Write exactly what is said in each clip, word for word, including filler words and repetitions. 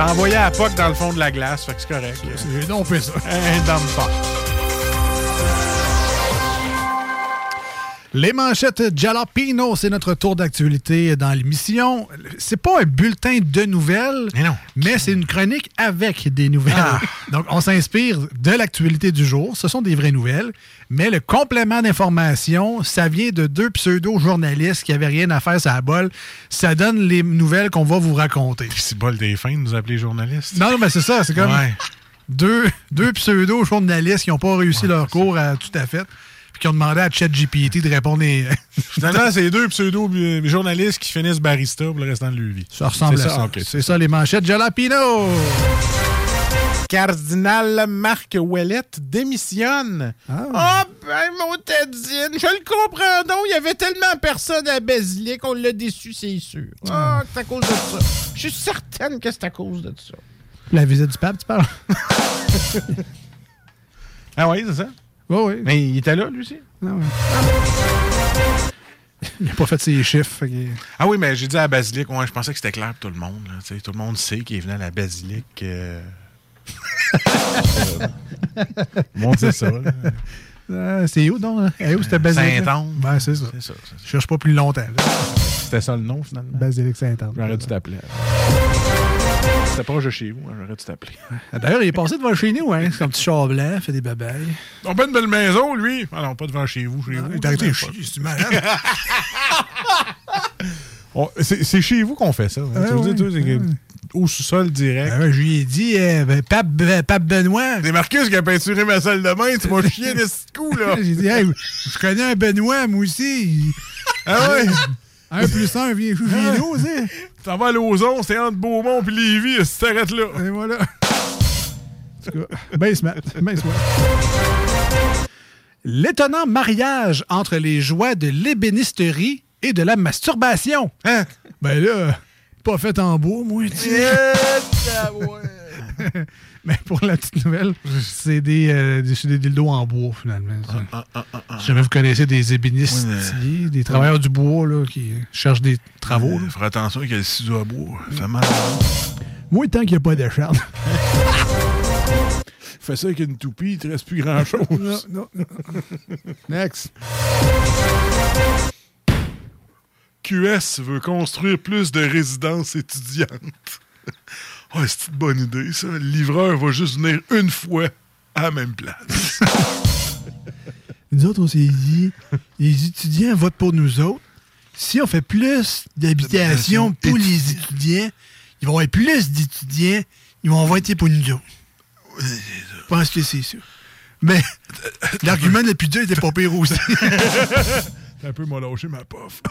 T'as envoyé à la P O C dans le fond de la glace, fait que c'est correct. J'ai donc fait ça. Un dans le pas. Les manchettes Jalapino, c'est notre tour d'actualité dans l'émission. C'est pas un bulletin de nouvelles, mais, non. mais c'est une chronique avec des nouvelles. Ah. Donc, on s'inspire de l'actualité du jour. Ce sont des vraies nouvelles, mais le complément d'information, ça vient de deux pseudo-journalistes qui n'avaient rien à faire sur la bol. Ça donne les nouvelles qu'on va vous raconter. C'est bol des fins de nous appeler journalistes. Non, non, mais c'est ça. C'est comme ouais. deux, deux pseudo-journalistes qui n'ont pas réussi ouais, leur cours à tout à fait. Qui ont demandé à ChatGPT de répondre. Les... Finalement, c'est deux pseudo-journalistes qui finissent barista pour le restant de leur vie. Ça ressemble c'est à ça. ça. Okay. C'est ça, les manchettes Jalapino. Cardinal Marc Ouellette démissionne. Ah, oh, ben, mon Tedine, je le comprends donc. Il y avait tellement personne à la basilique, on l'a déçu, c'est sûr. Ah, oh, c'est à cause de ça. Je suis certaine que c'est à cause de ça. La visite du pape, tu parles? Ah oui, c'est ça? Oui, oui. Mais il était là, lui aussi? Ah oui. Il n'a pas fait ses chiffres. Que... Ah oui, mais j'ai dit à la basilique, ouais, je pensais que c'était clair pour tout le monde. Là, tout le monde sait qu'il est venu à la basilique. Euh... Bon, c'est ça. Euh, c'est où, donc? Eh, où c'était basilique? Saint-Anne. Ben, c'est ça. C'est ça, c'est ça. Je cherche pas plus longtemps. Là. C'était ça le nom, finalement? Basilique Saint-Anne. J'aurais dû t'appeler. C'était proche de chez vous, hein, j'aurais dû t'appeler. D'ailleurs, il est passé devant chez nous, hein. C'est un petit char blanc, fait des babayes. On pas une belle maison, lui. Ah non, pas devant chez vous, chez non, vous. Il est arrêté chez c'est malade. On, c'est, c'est chez vous qu'on fait ça. Hein? Ah, tu oui, dis, toi, c'est oui. Au sous-sol direct. Ah, je lui ai dit, euh, ben, Pape, ben, Pape Benoît. C'est Marcus qui a peinturé ma salle de bain. Tu m'as chié de ce coup, là. J'ai dit, hey, je connais un Benoît, moi aussi. Ah ouais? Un plus un vient chez ah. nous, tu sais. T'en vas à Lauson, c'est entre Beaumont et Lévis, si t'arrêtes là. Et voilà. En tout cas, baisse ma. Baisse moi. L'étonnant mariage entre les joies de l'ébénisterie et de la masturbation. Hein? Ben là, pas fait en bois, moi, tu sais. Mais pour la petite nouvelle, c'est des, euh, des, des dildos en bois, finalement. Ah, ah, ah, ah. Si jamais vous connaissez des ébénistes, oui, mais... des travailleurs du bois là, qui cherchent des travaux. Il faut attention qu'il y a le ciseau à bois. Ça fait mal. Moi, tant qu'il n'y a pas d'acharne. Fais ça avec une toupie, il te reste plus grand-chose. Non, non, non. Next. Q S veut construire plus de résidences étudiantes. Oh, c'est une bonne idée, ça. Le livreur va juste venir une fois à la même place. Nous autres, on s'est dit, les étudiants votent pour nous autres. Si on fait plus d'habitations pour les étudiants, ils vont avoir plus d'étudiants, ils vont voter pour nous autres. Je pense que c'est ça. Mais l'argument le plus dur était pas pire aussi. T'as un peu m'a lâché ma pof.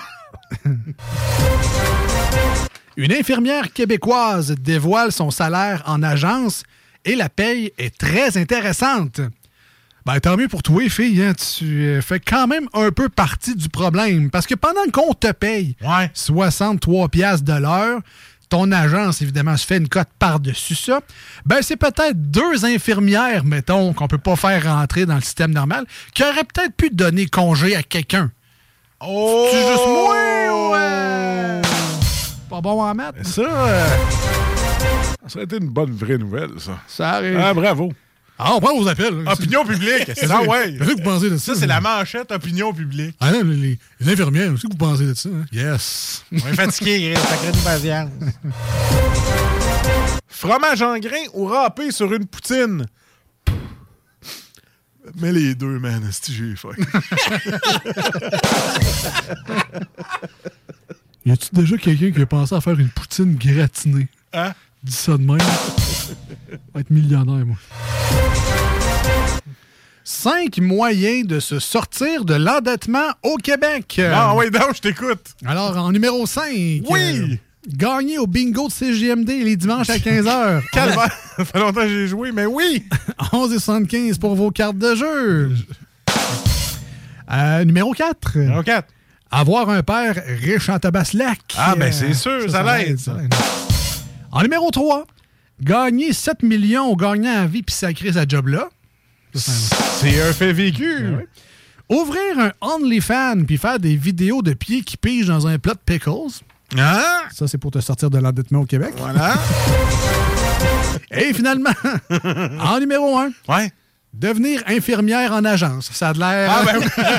Une infirmière québécoise dévoile son salaire en agence et la paye est très intéressante. Ben, tant mieux pour toi, fille. Hein, tu fais quand même un peu partie du problème. Parce que pendant qu'on te paye ouais. soixante-trois piastres de l'heure, ton agence, évidemment, se fait une cote par-dessus ça. Ben, c'est peut-être deux infirmières, mettons, qu'on peut pas faire rentrer dans le système normal, qui auraient peut-être pu donner congé à quelqu'un. Oh! C'est juste moi, ouais! Pas bon en maths. Ça, euh, ça aurait été une bonne vraie nouvelle, ça. Ça arrive. Ah, bravo. Ah, on prend vos appels. Opinion publique. C'est ça, ouais. Qu'est-ce que vous pensez de ça? Ça, c'est la manchette opinion publique. Ah non, les, les infirmières, qu'est-ce que vous pensez de ça? Hein? Yes. On est fatigué, ça crée une patience. Fromage en grain ou râpé sur une poutine? Mais les deux, man, si j'ai faim. Y a-tu déjà quelqu'un qui a pensé à faire une poutine gratinée? Hein? Dis ça de même. On va être millionnaire, moi. Cinq moyens de se sortir de l'endettement au Québec. Ah oui, non, je t'écoute. Alors, en numéro cinq. Oui! Euh, gagner au bingo de C G M D les dimanches à quinze heures. Calvaire! Ça fait longtemps que j'ai joué, mais oui! onze soixante-quinze pour vos cartes de jeu. Euh, numéro quatre. Numéro quatre. Avoir un père riche en Tabaslac. Ah, ben c'est sûr, ça, ça l'aide. Ça. En numéro trois, gagner sept millions au gagnant à vie puis sacrer sa job-là. C'est un fait vécu. Ben oui. Ouvrir un OnlyFans puis faire des vidéos de pieds qui pigent dans un plat de pickles. Ah! Ça, c'est pour te sortir de l'endettement au Québec. Voilà. Et finalement, en numéro un, ouais. devenir infirmière en agence. Ça a de l'air... Ah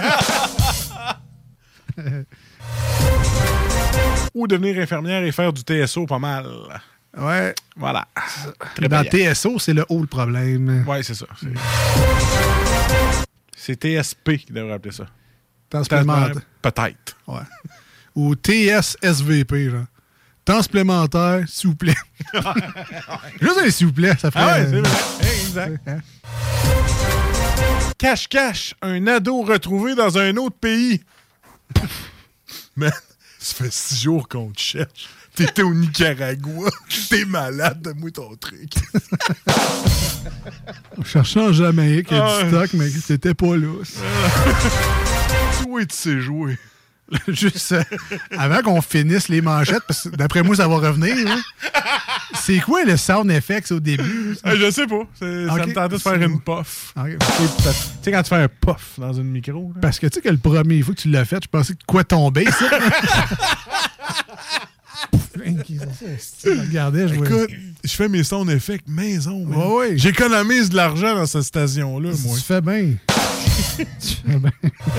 ben oui. Ou devenir infirmière et faire du T S O pas mal. Ouais. Voilà. Très Dans T S O, c'est le haut le problème. Ouais, c'est ça. C'est, c'est T S P qui devrait appeler ça. Temps supplémentaire. Peut-être. Ouais. Ou T S S V P, genre. Temps supplémentaire, s'il vous plaît. Juste un s'il vous plaît, ça ferait... Ah ouais, c'est vrai. Exact. Hein? Cache-cache, un ado retrouvé dans un autre pays. Man, ça fait six jours qu'on te cherche. T'étais au Nicaragua. T'es malade, donne-moi ton truc. On cherchait en Jamaïque, il y a ah, du stock, mais c'était pas là. Oui, tu sais jouer. Juste euh, avant qu'on finisse les manchettes, parce que d'après moi, ça va revenir. Hein. C'est quoi le sound effects au début? Ah, je sais pas. C'est, okay. Ça me tentait de faire une puff. Okay. Tu sais, quand tu fais un puff dans une micro. Là. Parce que tu sais que le premier fois que tu l'as fait, je pensais que quoi tomber, ça. Regardez, je Écoute, je fais mes sound effects maison. Ouais, ouais. J'économise de l'argent dans cette station-là, moi. Tu fais bien. Tu fais bien.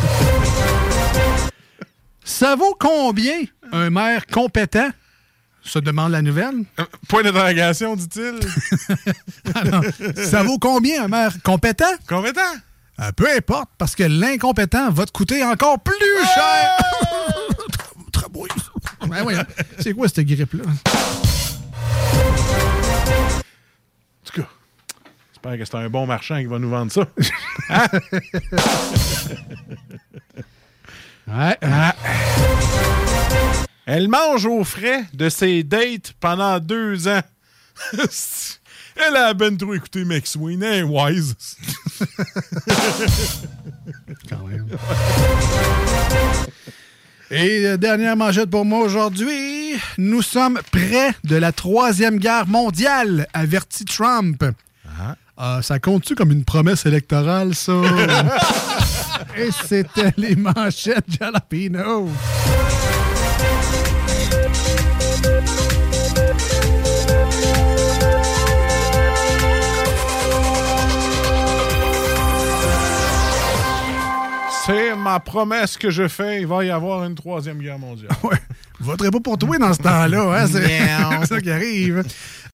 Ça vaut combien un maire compétent? Se demande la nouvelle. Euh, point d'interrogation, dit-il. Ah non. Ça vaut combien un maire compétent? Compétent? Euh, peu importe, parce que l'incompétent va te coûter encore plus cher. Très beau. Ouais, ouais. C'est quoi cette grippe-là? En tout cas, j'espère que c'est un bon marchand qui va nous vendre ça. Hein? Ouais. Ah. Elle mange aux frais de ses dates pendant deux ans. Elle a ben trop écouté McSween, hein, wise. Quand même. Et euh, dernière manchette pour moi aujourd'hui. Nous sommes près de la troisième guerre mondiale, avertit Trump. Ah. Euh, ça compte-tu comme une promesse électorale, ça? Et c'était les manchettes Jalapeno. C'est ma promesse que je fais. Il va y avoir une troisième guerre mondiale. Ouais. Voterai pas pour toi dans ce temps-là. Hein? C'est ça qui arrive.